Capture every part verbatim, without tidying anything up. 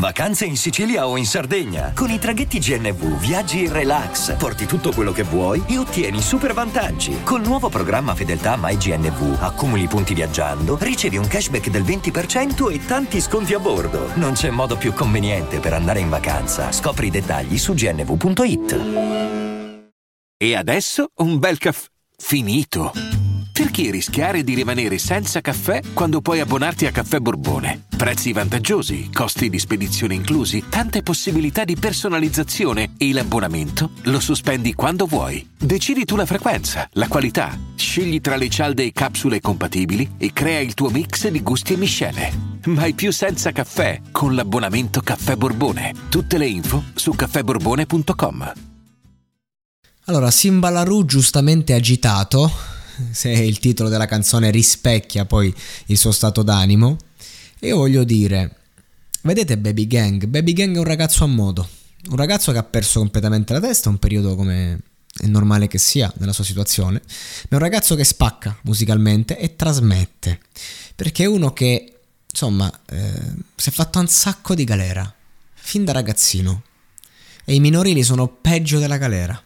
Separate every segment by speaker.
Speaker 1: Vacanze in Sicilia o in Sardegna. Con i traghetti G N V viaggi in relax, porti tutto quello che vuoi e ottieni super vantaggi. Col nuovo programma Fedeltà MyGNV accumuli punti viaggiando, ricevi un cashback del venti per cento e tanti sconti a bordo. Non c'è modo più conveniente per andare in vacanza. Scopri i dettagli su g n v punto i t.
Speaker 2: E adesso un bel caffè finito. Perché rischiare di rimanere senza caffè quando puoi abbonarti a Caffè Borbone? Prezzi vantaggiosi, costi di spedizione inclusi, tante possibilità di personalizzazione e l'abbonamento lo sospendi quando vuoi. Decidi tu la frequenza, la qualità, scegli tra le cialde e capsule compatibili e crea il tuo mix di gusti e miscele. Mai più senza caffè con l'abbonamento Caffè Borbone. Tutte le info su caffè borbone punto com.
Speaker 3: Allora, Simba Larù giustamente agitato, se il titolo della canzone rispecchia poi il suo stato d'animo. E io voglio dire, vedete Baby Gang? Baby Gang è un ragazzo a modo, un ragazzo che ha perso completamente la testa, un periodo come è normale che sia nella sua situazione, ma è un ragazzo che spacca musicalmente e trasmette, perché è uno che, insomma, eh, si è fatto un sacco di galera, fin da ragazzino, e i minorili sono peggio della galera.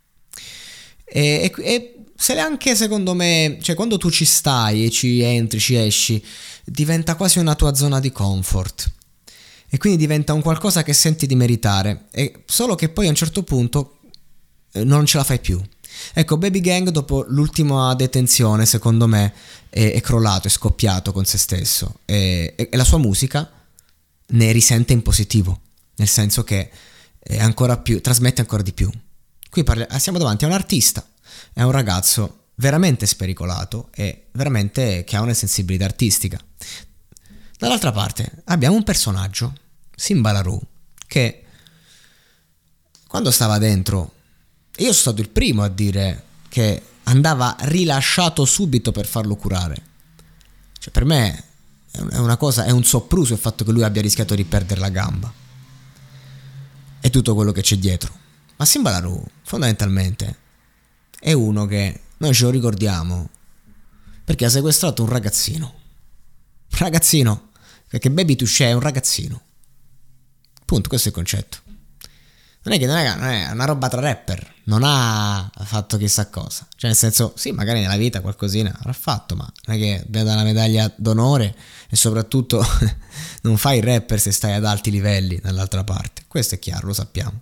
Speaker 3: E, e, e se anche secondo me, cioè quando tu ci stai e ci entri, ci esci, diventa quasi una tua zona di comfort e quindi diventa un qualcosa che senti di meritare, e solo che poi a un certo punto non ce la fai più. Ecco, Baby Gang dopo l'ultima detenzione secondo me è, è crollato, è scoppiato con se stesso e, e, e la sua musica ne risente in positivo, nel senso che è ancora più, trasmette ancora di più. Qui parli, siamo davanti a un artista, è un ragazzo veramente spericolato e veramente che ha una sensibilità artistica. Dall'altra parte abbiamo un personaggio, Simba Larù, che quando stava dentro, io sono stato il primo a dire che andava rilasciato subito per farlo curare. Cioè per me è una cosa, è un sopruso il fatto che lui abbia rischiato di perdere la gamba e tutto quello che c'è dietro. Ma Simba Larù fondamentalmente è uno che noi ce lo ricordiamo perché ha sequestrato un ragazzino. Un ragazzino, perché Baby Touché è un ragazzino. Punto, questo è il concetto. Non è che non è, non è una roba tra rapper, non ha fatto chissà cosa. Cioè nel senso, sì, magari nella vita qualcosina avrà fatto, ma non è che abbia dato una medaglia d'onore e soprattutto non fai il rapper se stai ad alti livelli dall'altra parte. Questo è chiaro, lo sappiamo.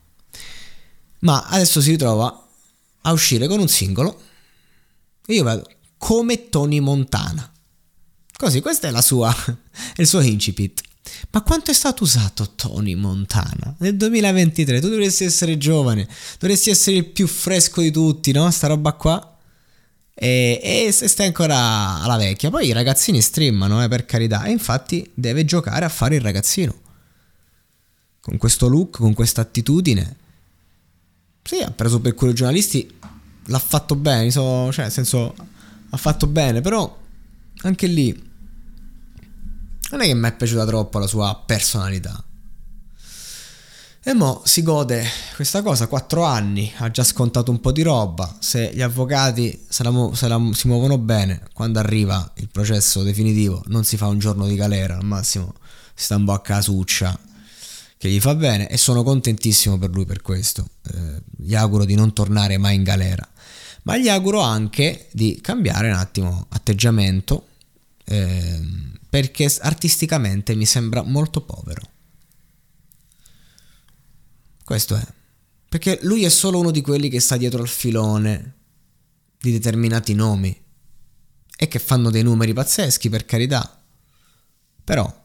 Speaker 3: Ma adesso si ritrova a uscire con un singolo e io vedo come Tony Montana. Così, questo è la sua, è il suo incipit. Ma quanto è stato usato Tony Montana nel duemilaventitré? Tu dovresti essere giovane, dovresti essere il più fresco di tutti, no? Sta roba qua. E, e stai ancora alla vecchia. Poi i ragazzini streamano, eh, per carità. E infatti deve giocare a fare il ragazzino con questo look, con questa attitudine. Sì, ha preso per culo i giornalisti, l'ha fatto bene, so, cioè nel senso ha fatto bene, però anche lì non è che mi è piaciuta troppo la sua personalità. E mo si gode questa cosa, quattro anni, ha già scontato un po' di roba, se gli avvocati se la, se la, si muovono bene, quando arriva il processo definitivo non si fa un giorno di galera, al massimo si sta un po' a casuccia, che gli fa bene, e sono contentissimo per lui per questo. Eh, gli auguro di non tornare mai in galera, ma gli auguro anche di cambiare un attimo atteggiamento, eh, perché artisticamente mi sembra molto povero. Questo è, perché lui è solo uno di quelli che sta dietro al filone di determinati nomi e che fanno dei numeri pazzeschi, per carità, però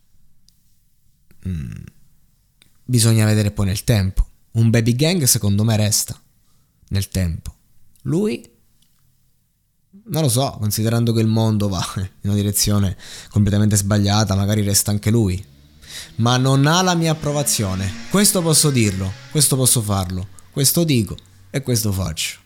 Speaker 3: mm, bisogna vedere poi nel tempo. Un Baby Gang secondo me resta nel tempo. Lui non lo so, considerando che il mondo va in una direzione completamente sbagliata, magari resta anche lui, ma non ha la mia approvazione. Questo posso dirlo, questo posso farlo, questo dico e questo faccio.